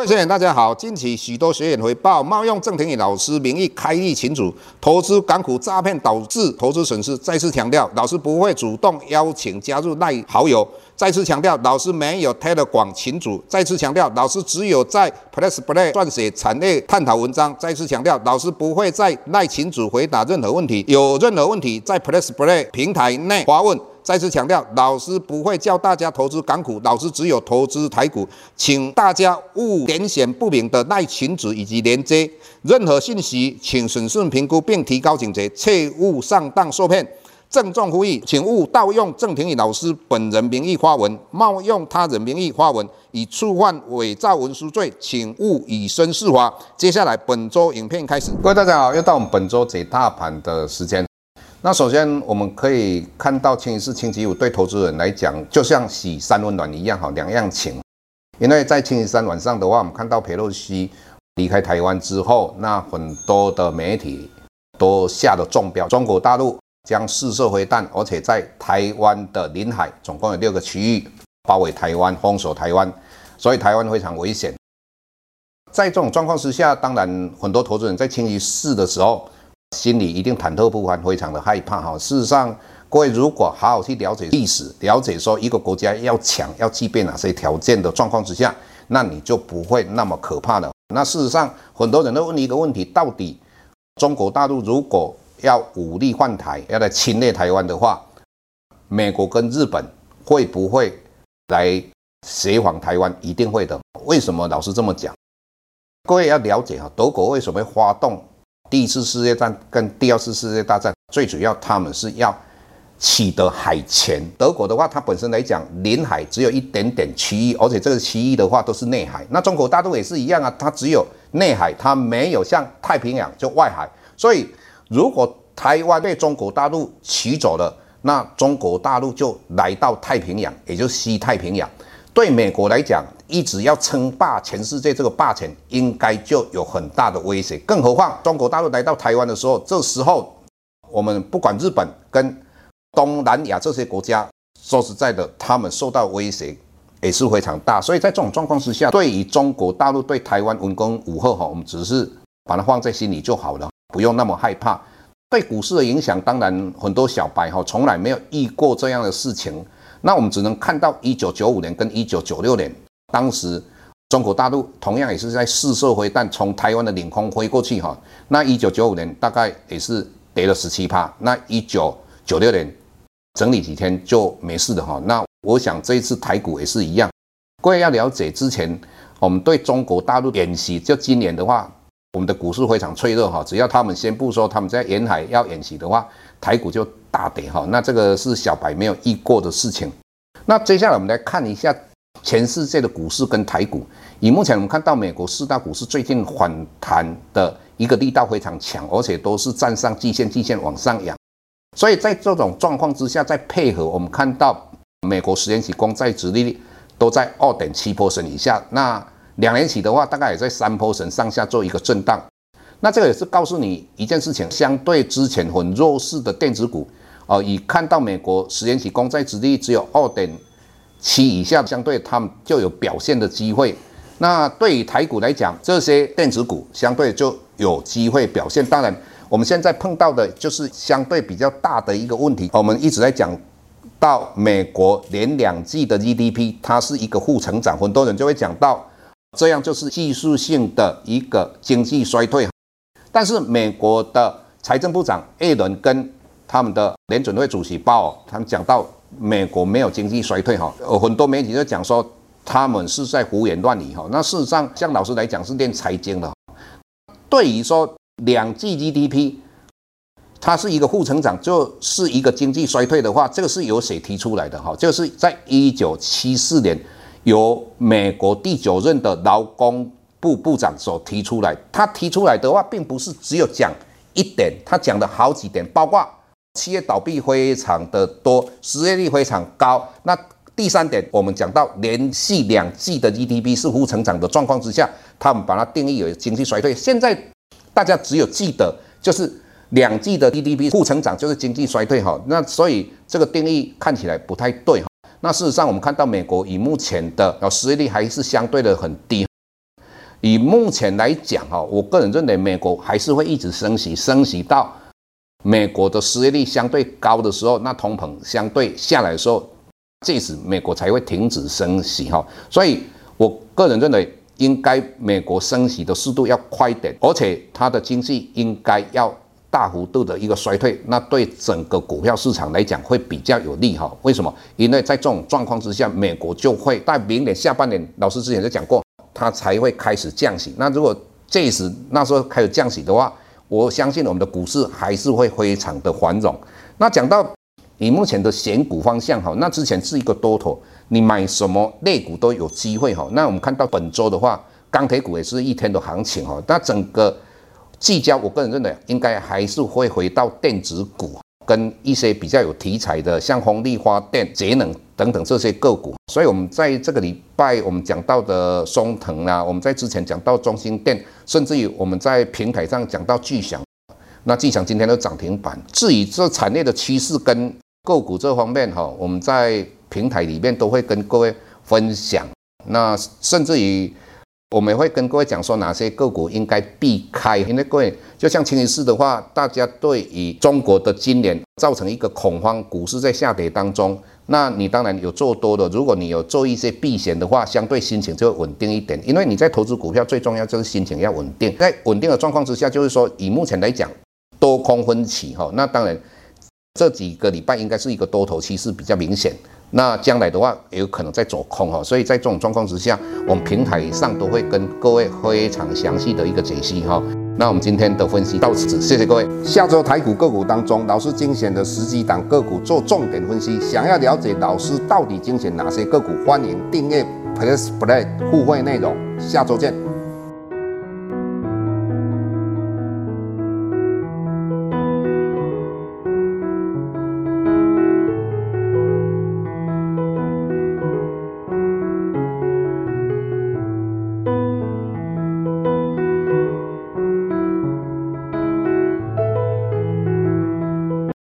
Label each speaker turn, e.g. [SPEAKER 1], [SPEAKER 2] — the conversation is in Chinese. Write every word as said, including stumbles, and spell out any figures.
[SPEAKER 1] 学员大家好，近期许多学员回报冒用郑庭宇老师名义开立群组，投资港股诈骗导致投资损失。再次强调，老师不会主动邀请加入赖好友。再次强调，老师没有 Telegram 群组。再次强调，老师只有在 Plus Play 撰写产业探讨文章。再次强调，老师不会在赖群组回答任何问题，有任何问题在 Plus Play 平台内发问。再次强调，老师不会教大家投资港股，老师只有投资台股，请大家勿点选不明的赖群组以及连接，任何信息请审慎评估并提高警觉，切勿上当受骗。郑重呼吁，请勿盗用郑庭宇老师本人名义发文，冒用他人名义发文，以触犯伪造文书罪，请勿以身试法。接下来本周影片开始，各位大家好，又到我们本周解大盘的时间。那首先我们可以看到，清一色星期五对投资人来讲，就像洗三温暖一样，哈，两样情。因为在星期三晚上的话，我们看到裴洛西离开台湾之后，那很多的媒体都下了重标，中国大陆将试射飞弹，而且在台湾的临海总共有六个区域包围台湾，封锁台湾，所以台湾非常危险。在这种状况之下，当然很多投资人在星期四的时候，心里一定忐忑不安，非常的害怕哈。事实上，各位如果好好去了解历史，了解说一个国家要强，要具备哪些条件的状况之下，那你就不会那么可怕了。那事实上，很多人都问一个问题：到底中国大陆如果要武力换台，要来侵略台湾的话，美国跟日本会不会来协防台湾？一定会的。为什么老师这么讲？各位要了解哈，德国为什么会发动第一次世界战跟第二次世界大战？最主要他们是要取得海权。德国的话，它本身来讲，临海只有一点点区域，而且这个区域的话都是内海。那中国大陆也是一样啊，它只有内海，它没有像太平洋就外海。所以，如果台湾被中国大陆取走了，那中国大陆就来到太平洋，也就是西太平洋。对美国来讲，一直要称霸全世界，这个霸权应该就有很大的威胁。更何况中国大陆来到台湾的时候，这时候我们不管日本跟东南亚这些国家，说实在的，他们受到威胁也是非常大。所以在这种状况之下，对于中国大陆对台湾文攻武吓，我们只是把它放在心里就好了，不用那么害怕。对股市的影响，当然很多小白哈从来没有遇过这样的事情。那我们只能看到一九九五年跟一九九六年，当时中国大陆同样也是在试射飞弹从台湾的领空飞过去哈。那一九九五年大概也是跌了 百分之十七， 那一九九六年整理几天就没事的哈。那我想这一次台股也是一样。各位要了解，之前我们对中国大陆演习，就今年的话，我们的股市非常脆弱哈，只要他们宣布说他们在沿海要演习的话，台股就大跌哈。那这个是小白没有遇过的事情。那接下来我们来看一下全世界的股市跟台股。以目前我们看到美国四大股市最近反弹的一个力道非常强，而且都是站上季线，季线往上扬。所以在这种状况之下，再配合我们看到美国十年期公债殖利率都在 二点七 percent 以下，那两年期的话，大概也在 三 percent 上下做一个震荡。那这个也是告诉你一件事情，相对之前很弱势的电子股，呃，以看到美国十年期公债殖利率只有 二点七 以下，相对他们就有表现的机会。那对于台股来讲，这些电子股相对就有机会表现。当然，我们现在碰到的就是相对比较大的一个问题，我们一直在讲到美国连两季的 G D P 它是一个负成长，很多人就会讲到，这样就是技术性的一个经济衰退。但是美国的财政部长耶伦跟他们的联准会主席鲍尔，他们讲到美国没有经济衰退哈，有很多媒体就讲说他们是在胡言乱语哈。那事实上，像老师来讲是练财经的，对于说两季 G D P 它是一个负成长，就是一个经济衰退的话，这个是由谁提出来的哈？就是在一九七四年由美国第九任的劳工部部长所提出来。他提出来的话，并不是只有讲一点，他讲了好几点，包括企业倒闭非常的多，失业率非常高。那第三点，我们讲到连续两季的 G D P 是负成长的状况之下，他们把它定义为经济衰退。现在大家只有记得就是两季的 G D P 负成长就是经济衰退哈。那所以这个定义看起来不太对哈。那事实上，我们看到美国以目前的失业率还是相对的很低。 以目前来讲哈，我个人认为美国还是会一直升息，升息到美国的失业率相对高的时候，那通膨相对下来的时候，这时美国才会停止升息哈。所以我个人认为，应该美国升息的速度要快一点，而且它的经济应该要大幅度的一个衰退，那对整个股票市场来讲会比较有利哈。为什么？因为在这种状况之下，美国就会在明年下半年，老师之前就讲过。它才会开始降息。那如果这时那时候开始降息的话，我相信我们的股市还是会非常的繁荣。那讲到以目前的选股方向哈，那之前是一个多头，你买什么类股都有机会哈。那我们看到本周的话，钢铁股也是一天的行情哈。那整个聚焦，我个人认为应该还是会回到电子股跟一些比较有题材的，像风力发电、节能等等这些个股。所以，我们在这个礼拜我们讲到的松腾啊，我们在之前讲到中兴电，甚至于我们在平台上讲到巨响，那巨响今天都涨停板。至于这产业的趋势跟个股这方面哈，我们在平台里面都会跟各位分享。那甚至于我们会跟各位讲说哪些个股应该避开，因为各位就像清一色的话，大家对于中国的今年造成一个恐慌，股市在下跌当中。那你当然有做多的，如果你有做一些避险的话，相对心情就会稳定一点。因为你在投资股票最重要就是心情要稳定，在稳定的状况之下，就是说以目前来讲，多空分歧哈。那当然这几个礼拜应该是一个多头趋势比较明显。那将来的话也有可能在走空哈，所以在这种状况之下，我们平台上都会跟各位非常详细的一个解析哈。那我们今天的分析到此，谢谢各位。下周台股个股当中，老师精选的十几档个股做重点分析。想要了解老师到底精选哪些个股，欢迎订阅 Plus Play 互惠内容。下周见。